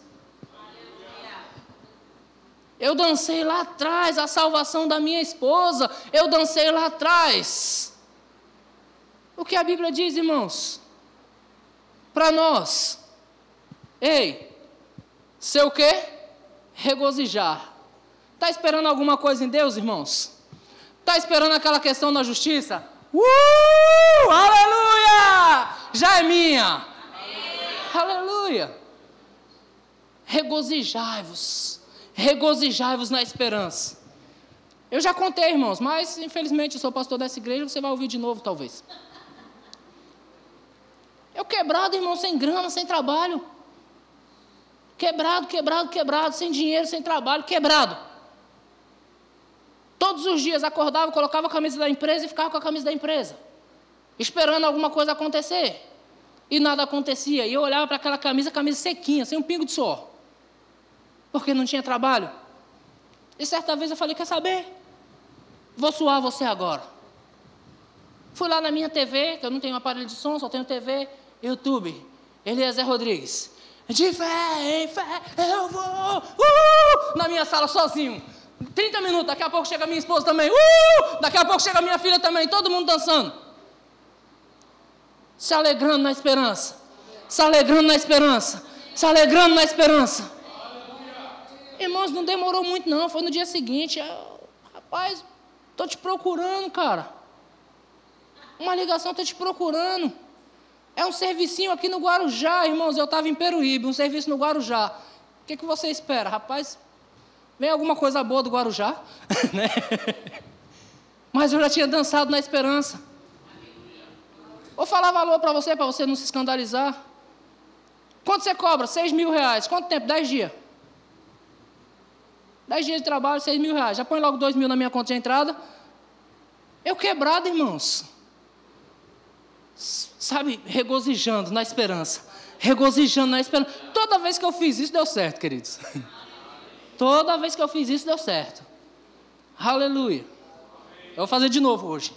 Eu dancei lá atrás a salvação da minha esposa. Eu dancei lá atrás. O que a Bíblia diz, irmãos? Para nós. Ei, ser o quê? Regozijar. Está esperando alguma coisa em Deus, irmãos? Está esperando aquela questão na justiça? Uh! Aleluia! Já é minha. Amém. Aleluia. Regozijai-vos. Regozijai-vos na esperança. Eu já contei, irmãos, mas infelizmente eu sou pastor dessa igreja, você vai ouvir de novo, talvez. Eu quebrado, irmão, sem grana, sem trabalho. Quebrado, quebrado, quebrado, sem dinheiro, sem trabalho, quebrado. Todos os dias acordava, colocava a camisa da empresa e ficava com a camisa da empresa, esperando alguma coisa acontecer. E nada acontecia. E eu olhava para aquela camisa, camisa sequinha, sem um pingo de suor. Porque não tinha trabalho. E certa vez eu falei: quer saber? Vou suar você agora. Fui lá na minha T V, que eu não tenho aparelho de som, só tenho T V, YouTube, Eliezer Rodrigues. De fé em fé eu vou, uh! Na minha sala sozinho. trinta minutos, daqui a pouco chega minha esposa também, uh! Daqui a pouco chega minha filha também, todo mundo dançando. Se alegrando na esperança. Se alegrando na esperança. Se alegrando na esperança. Irmãos, não demorou muito não, foi no dia seguinte. Eu, rapaz, estou te procurando, cara. Uma ligação, estou te procurando. É um servicinho aqui no Guarujá, irmãos. Eu estava em Peruíbe, um serviço no Guarujá. O que, que você espera? Rapaz, vem alguma coisa boa do Guarujá? Né? Mas eu já tinha dançado na esperança. Vou falar valor para você, para você não se escandalizar. Quanto você cobra? Seis mil reais. Quanto tempo? Dez dias. Dez dias de trabalho, seis mil reais. Já põe logo dois mil na minha conta de entrada. Eu quebrado, irmãos. Sabe, regozijando na esperança. Regozijando na esperança. Toda vez que eu fiz isso, deu certo, queridos. Toda vez que eu fiz isso, deu certo. Aleluia. Eu vou fazer de novo hoje.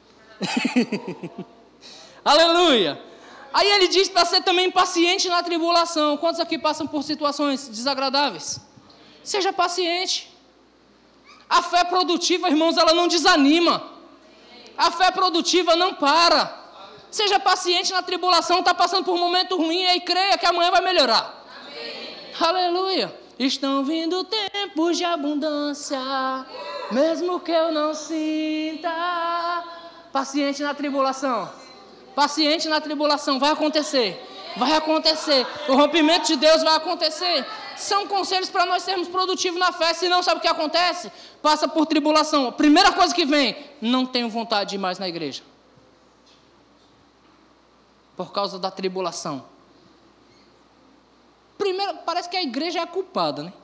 Aleluia. Aí ele diz para ser também paciente na tribulação. Quantos aqui passam por situações desagradáveis? Seja paciente. A fé produtiva, irmãos, ela não desanima. A fé produtiva não para. Seja paciente na tribulação, está passando por um momento ruim, e creia que amanhã vai melhorar. Amém. Aleluia. Estão vindo tempos de abundância, mesmo que eu não sinta. Paciente na tribulação. Paciente na tribulação, vai acontecer. Vai acontecer. O rompimento de Deus vai acontecer. São conselhos para nós sermos produtivos na fé. Se não, sabe o que acontece? Passa por tribulação. A primeira coisa que vem, não tenho vontade de ir mais na igreja. Por causa da tribulação. Primeiro, parece que a igreja é a culpada, né?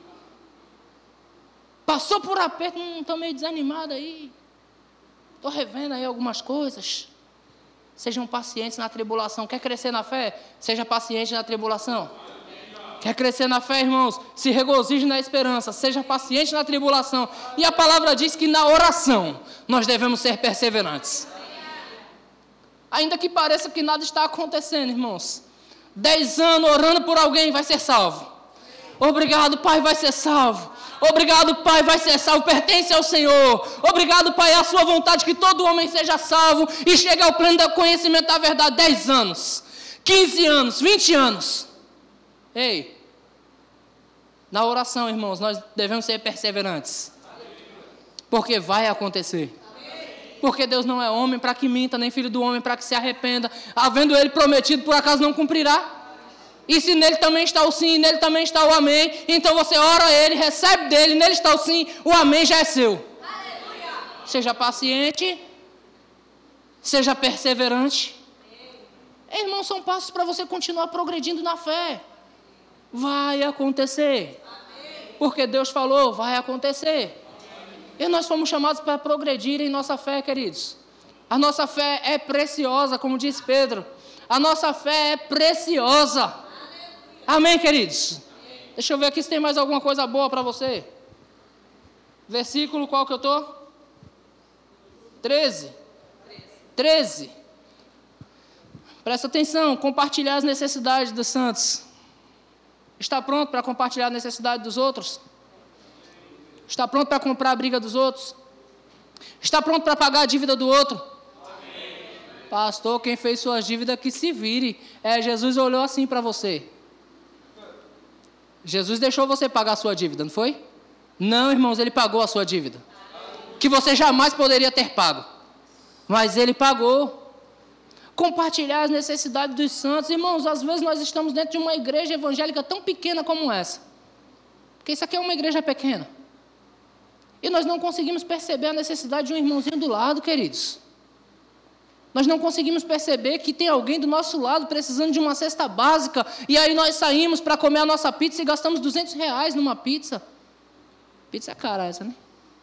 Passou por aperto, não estou meio desanimado aí. Estou revendo aí algumas coisas. Sejam pacientes na tribulação. Quer crescer na fé? Seja paciente na tribulação. Quer crescer na fé, irmãos? Se regozije na esperança. Seja paciente na tribulação. E a palavra diz que na oração nós devemos ser perseverantes. Ainda que pareça que nada está acontecendo, irmãos. Dez anos orando por alguém vai ser salvo. Obrigado, Pai, vai ser salvo. Obrigado, Pai, vai ser salvo. Pertence ao Senhor. Obrigado, Pai, é a sua vontade que todo homem seja salvo e chegue ao pleno do conhecimento da verdade. Dez anos, quinze anos, vinte anos. Ei, na oração, irmãos, nós devemos ser perseverantes. Porque vai acontecer. Porque Deus não é homem para que minta, nem filho do homem para que se arrependa. Havendo ele prometido, por acaso não cumprirá? E se nele também está o sim, nele também está o amém, então você ora a ele, recebe dele, nele está o sim, o amém já é seu. Aleluia. Seja paciente, seja perseverante. Ei, irmãos, são passos para você continuar progredindo na fé. Vai acontecer. Porque Deus falou, vai acontecer. E nós fomos chamados para progredir em nossa fé, queridos. A nossa fé é preciosa, como diz Pedro. A nossa fé é preciosa. Amém, queridos? Deixa eu ver aqui se tem mais alguma coisa boa para você. Versículo qual que eu estou? treze. treze. Presta atenção, compartilhar as necessidades dos santos. Está pronto para compartilhar a necessidade dos outros? Está pronto para comprar a briga dos outros? Está pronto para pagar a dívida do outro? Amém. Pastor, quem fez suas dívidas que se vire. É, Jesus olhou assim para você. Jesus deixou você pagar a sua dívida, não foi? Não, irmãos, ele pagou a sua dívida. Que você jamais poderia ter pago. Mas ele pagou. Compartilhar as necessidades dos santos. Irmãos, às vezes nós estamos dentro de uma igreja evangélica tão pequena como essa. Porque isso aqui é uma igreja pequena. E nós não conseguimos perceber a necessidade de um irmãozinho do lado, queridos. Nós não conseguimos perceber que tem alguém do nosso lado precisando de uma cesta básica. E aí nós saímos para comer a nossa pizza e gastamos duzentos reais numa pizza. Pizza é cara essa, né?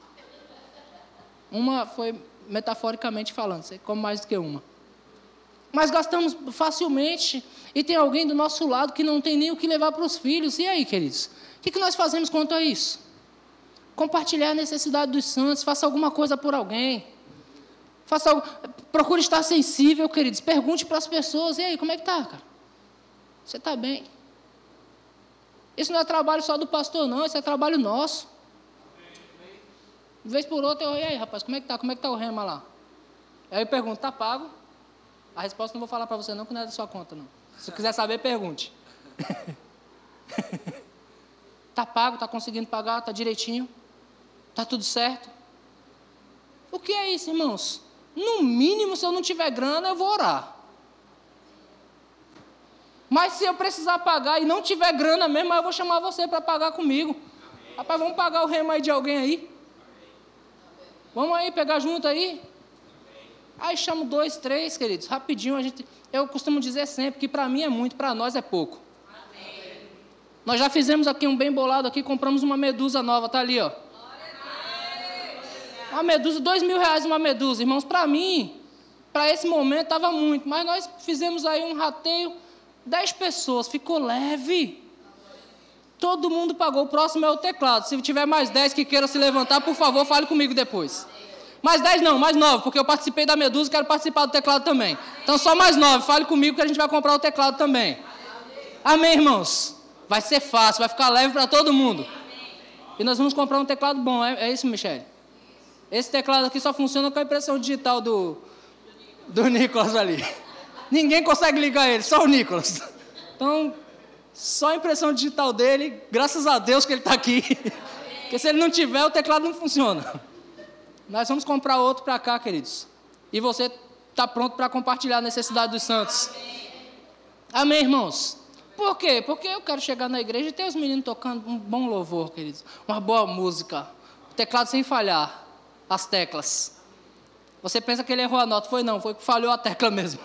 Uma foi metaforicamente falando, você come mais do que uma. Mas gastamos facilmente. E tem alguém do nosso lado que não tem nem o que levar para os filhos. E aí, queridos? O que nós fazemos quanto a isso? Compartilhar a necessidade dos santos. Faça alguma coisa por alguém. Faça algo... Procure estar sensível, queridos. Pergunte para as pessoas, e aí, como é que tá, cara? Você está bem? Isso não é trabalho só do pastor, não, isso é trabalho nosso. De vez por outra, eu, e aí, rapaz, como é que tá? Como é que tá o rema lá? Aí eu pergunto, tá pago? A resposta não vou falar para você não, que não é da sua conta, não. Se quiser saber, pergunte. Tá pago, tá conseguindo pagar, tá direitinho? Tá tudo certo? O que é isso, irmãos? No mínimo, se eu não tiver grana, eu vou orar. Mas se eu precisar pagar e não tiver grana mesmo, eu vou chamar você para pagar comigo. Amém. Rapaz, vamos pagar o remo aí de alguém aí? Amém. Vamos aí, pegar junto aí? Amém. Aí chamo dois, três, queridos, rapidinho. A gente, eu costumo dizer sempre que para mim é muito, para nós é pouco. Amém. Nós já fizemos aqui um bem bolado aqui, compramos uma medusa nova, tá ali, ó. Uma medusa, dois mil reais uma medusa, irmãos, para mim, para esse momento estava muito, mas nós fizemos aí um rateio, dez pessoas, ficou leve. Todo mundo pagou, o próximo é o teclado. Se tiver mais dez que queiram se levantar, por favor, fale comigo depois. Mais dez não, mais nove, porque eu participei da medusa e quero participar do teclado também. Então só mais nove, fale comigo que a gente vai comprar o teclado também. Amém, irmãos? Vai ser fácil, vai ficar leve para todo mundo. E nós vamos comprar um teclado bom, é, é isso, Michele? Esse teclado aqui só funciona com a impressão digital do, do Nicolas ali. Ninguém consegue ligar ele, só o Nicolas. Então, só a impressão digital dele, graças a Deus que ele está aqui. Porque se ele não tiver, o teclado não funciona. Nós vamos comprar outro para cá, queridos. E você está pronto para compartilhar a necessidade dos santos. Amém, irmãos? Por quê? Porque eu quero chegar na igreja e ter os meninos tocando um bom louvor, queridos. Uma boa música. O teclado sem falhar. As teclas. Você pensa que ele errou a nota? Foi não, foi que falhou a tecla mesmo.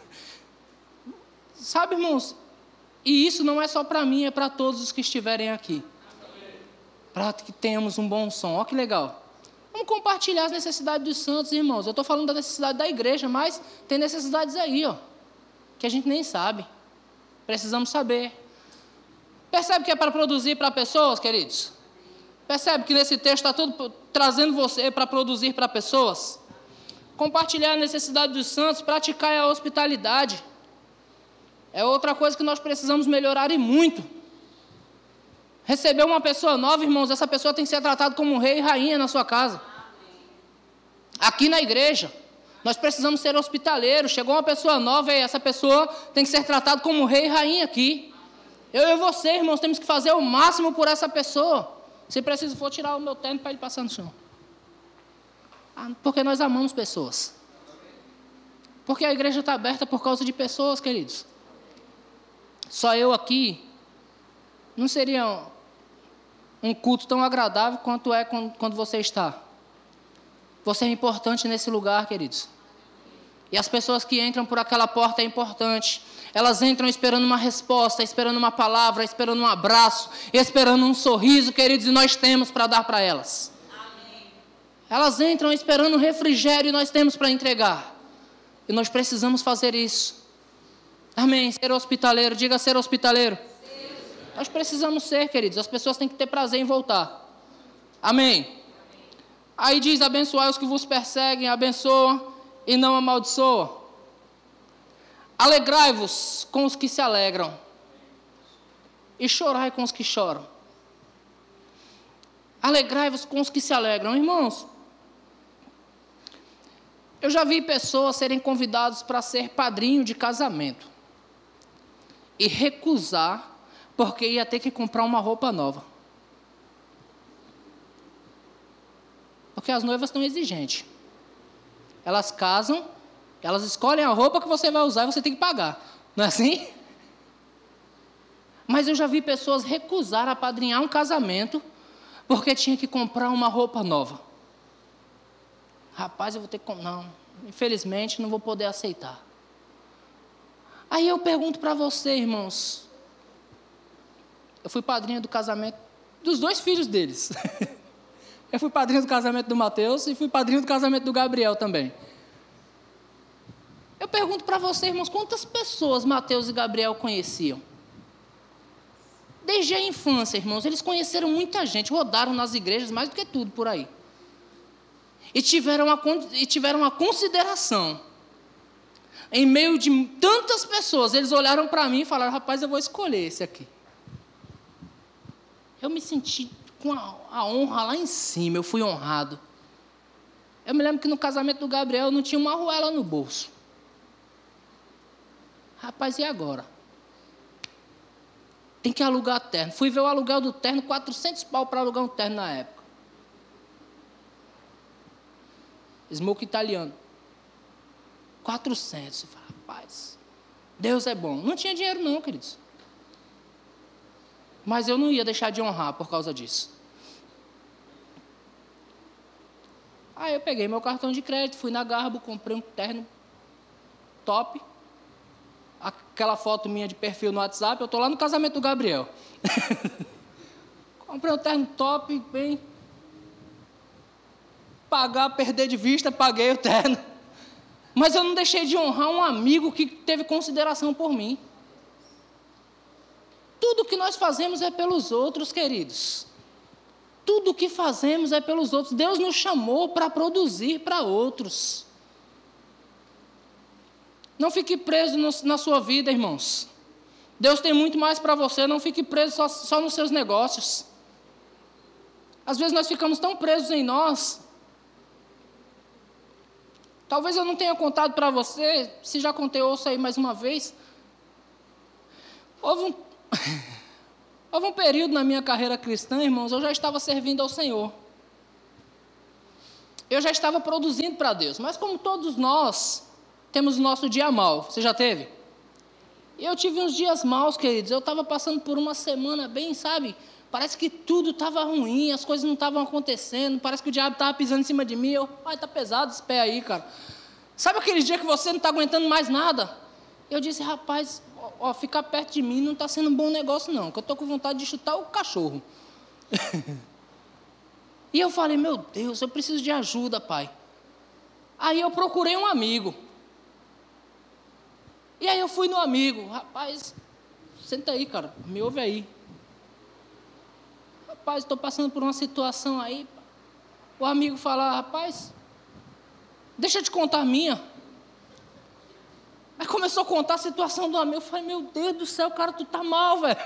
Sabe, irmãos? E isso não é só para mim, é para todos os que estiverem aqui. Para que tenhamos um bom som. Olha que legal. Vamos compartilhar as necessidades dos santos, irmãos. Eu estou falando da necessidade da igreja, mas tem necessidades aí, ó, que a gente nem sabe. Precisamos saber. Percebe que é para produzir para pessoas, queridos? Percebe que nesse texto está tudo trazendo você para produzir para pessoas? Compartilhar a necessidade dos santos, praticar a hospitalidade. É outra coisa que nós precisamos melhorar e muito. Receber uma pessoa nova, irmãos, essa pessoa tem que ser tratada como um rei e rainha na sua casa. Aqui na igreja, nós precisamos ser hospitaleiros. Chegou uma pessoa nova e essa pessoa tem que ser tratada como um rei e rainha aqui. Eu e você, irmãos, temos que fazer o máximo por essa pessoa. Se preciso, vou tirar o meu terno para ele passar no chão. Ah, porque nós amamos pessoas. Porque a igreja está aberta por causa de pessoas, queridos. Só eu aqui não seria um culto tão agradável quanto é quando você está. Você é importante nesse lugar, queridos. E as pessoas que entram por aquela porta é importante. Elas entram esperando uma resposta, esperando uma palavra, esperando um abraço, esperando um sorriso, queridos, e nós temos para dar para elas. Amém. Elas entram esperando um refrigério e nós temos para entregar. E nós precisamos fazer isso. Amém. Ser hospitaleiro, diga ser hospitaleiro. Sim. Nós precisamos ser, queridos. As pessoas têm que ter prazer em voltar. Amém. Amém. Aí diz, abençoai os que vos perseguem, abençoa e não amaldiçoa. Alegrai-vos com os que se alegram e chorai com os que choram. Alegrai-vos com os que se alegram. Irmãos, eu já vi pessoas serem convidadas para ser padrinho de casamento e recusar porque ia ter que comprar uma roupa nova. Porque as noivas estão exigentes. Elas casam, elas escolhem a roupa que você vai usar e você tem que pagar. Não é assim? Mas eu já vi pessoas recusar apadrinhar um casamento porque tinha que comprar uma roupa nova. Rapaz, eu vou ter que... Não, infelizmente não vou poder aceitar. Aí eu pergunto para você, irmãos. Eu fui padrinho do casamento dos dois filhos deles. Eu fui padrinho do casamento do Mateus e fui padrinho do casamento do Gabriel também. Eu pergunto para você, irmãos, quantas pessoas Mateus e Gabriel conheciam? Desde a infância, irmãos, eles conheceram muita gente, rodaram nas igrejas mais do que tudo por aí. E tiveram a, e tiveram a consideração em meio de tantas pessoas, eles olharam para mim e falaram, rapaz, eu vou escolher esse aqui. Eu me senti com a, a honra lá em cima, eu fui honrado. Eu me lembro que no casamento do Gabriel eu não tinha uma arruela no bolso. Rapaz, e agora? Tem que alugar terno. Fui ver o aluguel do terno, quatrocentos pau para alugar um terno na época. Smoke italiano. quatrocentos. Eu falei, rapaz, Deus é bom. Não tinha dinheiro não, queridos. Mas eu não ia deixar de honrar por causa disso. Aí eu peguei meu cartão de crédito, fui na Garbo, comprei um terno top. Aquela foto minha de perfil no WhatsApp, eu estou lá no casamento do Gabriel. Comprei um terno top, bem... Pagar, perder de vista, paguei o terno. Mas eu não deixei de honrar um amigo que teve consideração por mim. Tudo que nós fazemos é pelos outros, queridos. Tudo que fazemos é pelos outros. Deus nos chamou para produzir para outros. Não fique preso no, na sua vida, irmãos. Deus tem muito mais para você, não fique preso só, só nos seus negócios. Às vezes nós ficamos tão presos em nós. Talvez eu não tenha contado para você, se já contei, ouça aí mais uma vez. Houve um, houve um período na minha carreira cristã, irmãos, eu já estava servindo ao Senhor. Eu já estava produzindo para Deus, mas como todos nós, temos o nosso dia mau. Você já teve? Eu tive uns dias maus, queridos. Eu estava passando por uma semana bem, sabe? Parece que tudo estava ruim, as coisas não estavam acontecendo, parece que o diabo estava pisando em cima de mim. Eu, ai, está pesado esse pé aí, cara. Sabe aquele dia que você não está aguentando mais nada? Eu disse, rapaz, ó, ó, ficar perto de mim não está sendo um bom negócio não, que eu estou com vontade de chutar o cachorro. E eu falei, meu Deus, eu preciso de ajuda, pai. Aí eu procurei um amigo. E aí eu fui no amigo, rapaz, senta aí, cara, me ouve aí. Rapaz, estou passando por uma situação aí. O amigo fala, rapaz, deixa eu te contar a minha. Aí começou a contar a situação do amigo. Eu falei, meu Deus do céu, cara, tu tá mal, velho.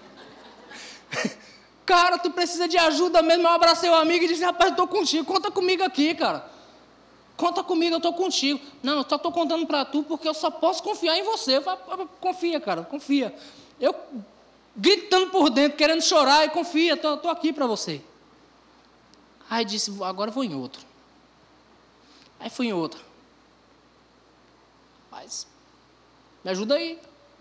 Cara, tu precisa de ajuda mesmo. Eu abracei o amigo e disse, rapaz, eu estou contigo, conta comigo aqui, cara. Conta comigo, eu estou contigo. Não, eu só estou contando para tu porque eu só posso confiar em você. Eu falo, confia, cara, confia. Eu gritando por dentro, querendo chorar, e confia, estou aqui para você. Aí disse, agora eu vou em outro. Aí fui em outro. Mas, me ajuda aí.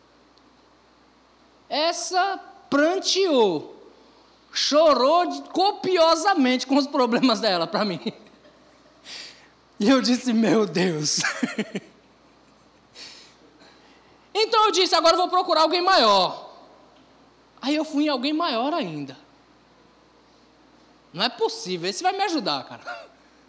Essa pranteou, chorou de, copiosamente com os problemas dela para mim. E eu disse, meu Deus. Então eu disse, agora eu vou procurar alguém maior. Aí eu fui em alguém maior ainda. Não é possível, esse vai me ajudar, cara.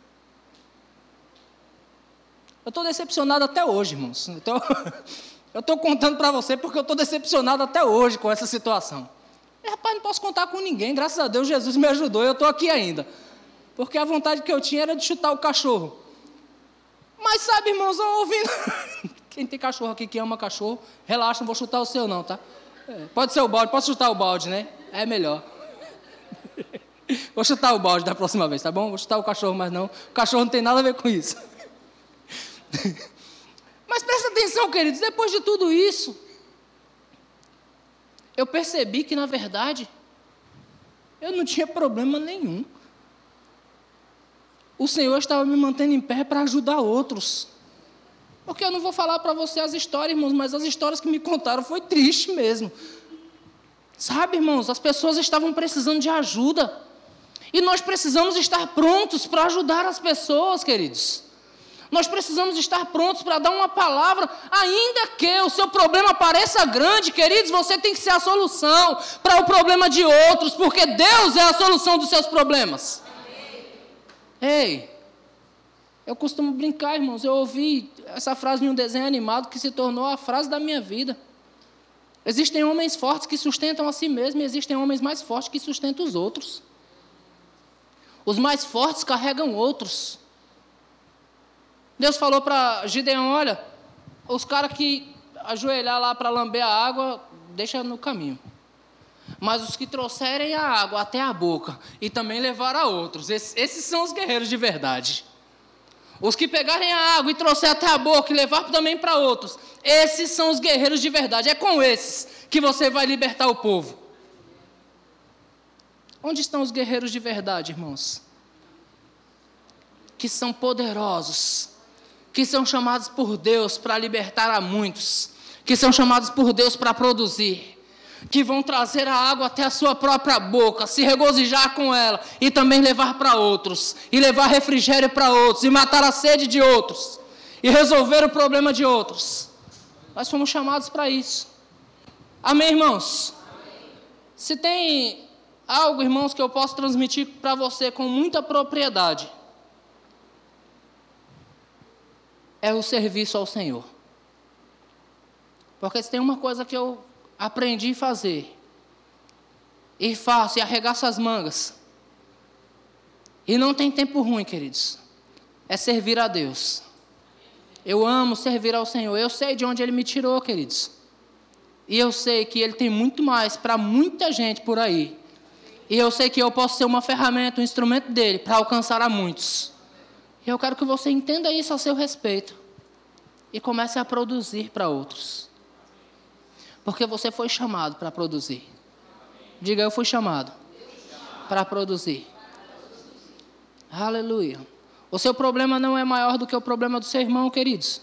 Eu estou decepcionado até hoje, irmãos. Eu estou contando para você porque eu estou decepcionado até hoje com essa situação. E, rapaz, não posso contar com ninguém, graças a Deus Jesus me ajudou, eu estou aqui ainda. Porque a vontade que eu tinha era de chutar o cachorro. Mas sabe, irmãos, eu ouvindo... Quem tem cachorro aqui que ama cachorro, relaxa, não vou chutar o seu não, tá? É, pode ser o balde, posso chutar o balde, né? É melhor. Vou chutar o balde da próxima vez, tá bom? Vou chutar o cachorro, mas não. O cachorro não tem nada a ver com isso. Mas presta atenção, queridos, depois de tudo isso, eu percebi que, na verdade, eu não tinha problema nenhum. O Senhor estava me mantendo em pé para ajudar outros. Porque eu não vou falar para você as histórias, irmãos, mas as histórias que me contaram foi triste mesmo. Sabe, irmãos, as pessoas estavam precisando de ajuda. E nós precisamos estar prontos para ajudar as pessoas, queridos. Nós precisamos estar prontos para dar uma palavra, ainda que o seu problema pareça grande, queridos, você tem que ser a solução para o problema de outros, porque Deus é a solução dos seus problemas. Ei, eu costumo brincar, irmãos, eu ouvi essa frase em um desenho animado que se tornou a frase da minha vida. Existem homens fortes que sustentam a si mesmos e existem homens mais fortes que sustentam os outros. Os mais fortes carregam outros. Deus falou para Gideão, olha, os caras que ajoelhar lá para lamber a água, deixa no caminho. Mas os que trouxerem a água até a boca e também levar a outros, esses, esses são os guerreiros de verdade. Os que pegarem a água e trouxerem até a boca e levar também para outros, esses são os guerreiros de verdade. É com esses que você vai libertar o povo. Onde estão os guerreiros de verdade, irmãos? Que são poderosos, que são chamados por Deus para libertar a muitos, que são chamados por Deus para produzir, que vão trazer a água até a sua própria boca, se regozijar com ela e também levar para outros, e levar refrigério para outros, e matar a sede de outros, e resolver o problema de outros. Nós fomos chamados para isso. Amém, irmãos? Amém. Se tem algo, irmãos, que eu posso transmitir para você com muita propriedade, é o serviço ao Senhor. Porque se tem uma coisa que eu aprendi a fazer, e faço, e arregaço as mangas, e não tem tempo ruim, queridos, é servir a Deus. Eu amo servir ao Senhor. Eu sei de onde Ele me tirou, queridos, e eu sei que Ele tem muito mais para muita gente por aí, e eu sei que eu posso ser uma ferramenta, um instrumento dEle para alcançar a muitos. E eu quero que você entenda isso a seu respeito e comece a produzir para outros. Porque você foi chamado para produzir. Diga, eu fui chamado para produzir. Aleluia. O seu problema não é maior do que o problema do seu irmão, queridos.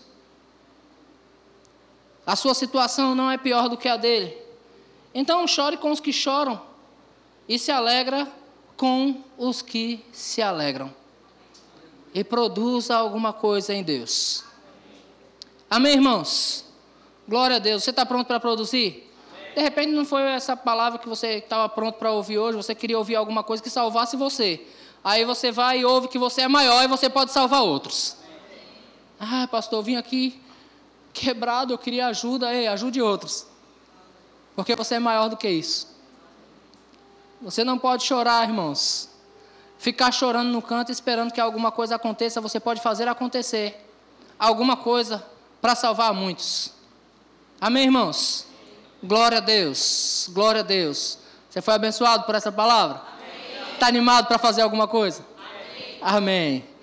A sua situação não é pior do que a dele. Então chore com os que choram e se alegra com os que se alegram. E produza alguma coisa em Deus. Amém, irmãos? Glória a Deus. Você está pronto para produzir? Amém. De repente não foi essa palavra que você estava pronto para ouvir hoje, você queria ouvir alguma coisa que salvasse você. Aí você vai e ouve que você é maior e você pode salvar outros. Amém. Ah, pastor, eu vim aqui quebrado, eu queria ajuda. Ei, ajude outros. Porque você é maior do que isso. Você não pode chorar, irmãos. Ficar chorando no canto esperando que alguma coisa aconteça. Você pode fazer acontecer alguma coisa para salvar muitos. Amém, irmãos? Glória a Deus, glória a Deus. Você foi abençoado por essa palavra? Está animado para fazer alguma coisa? Amém. Amém.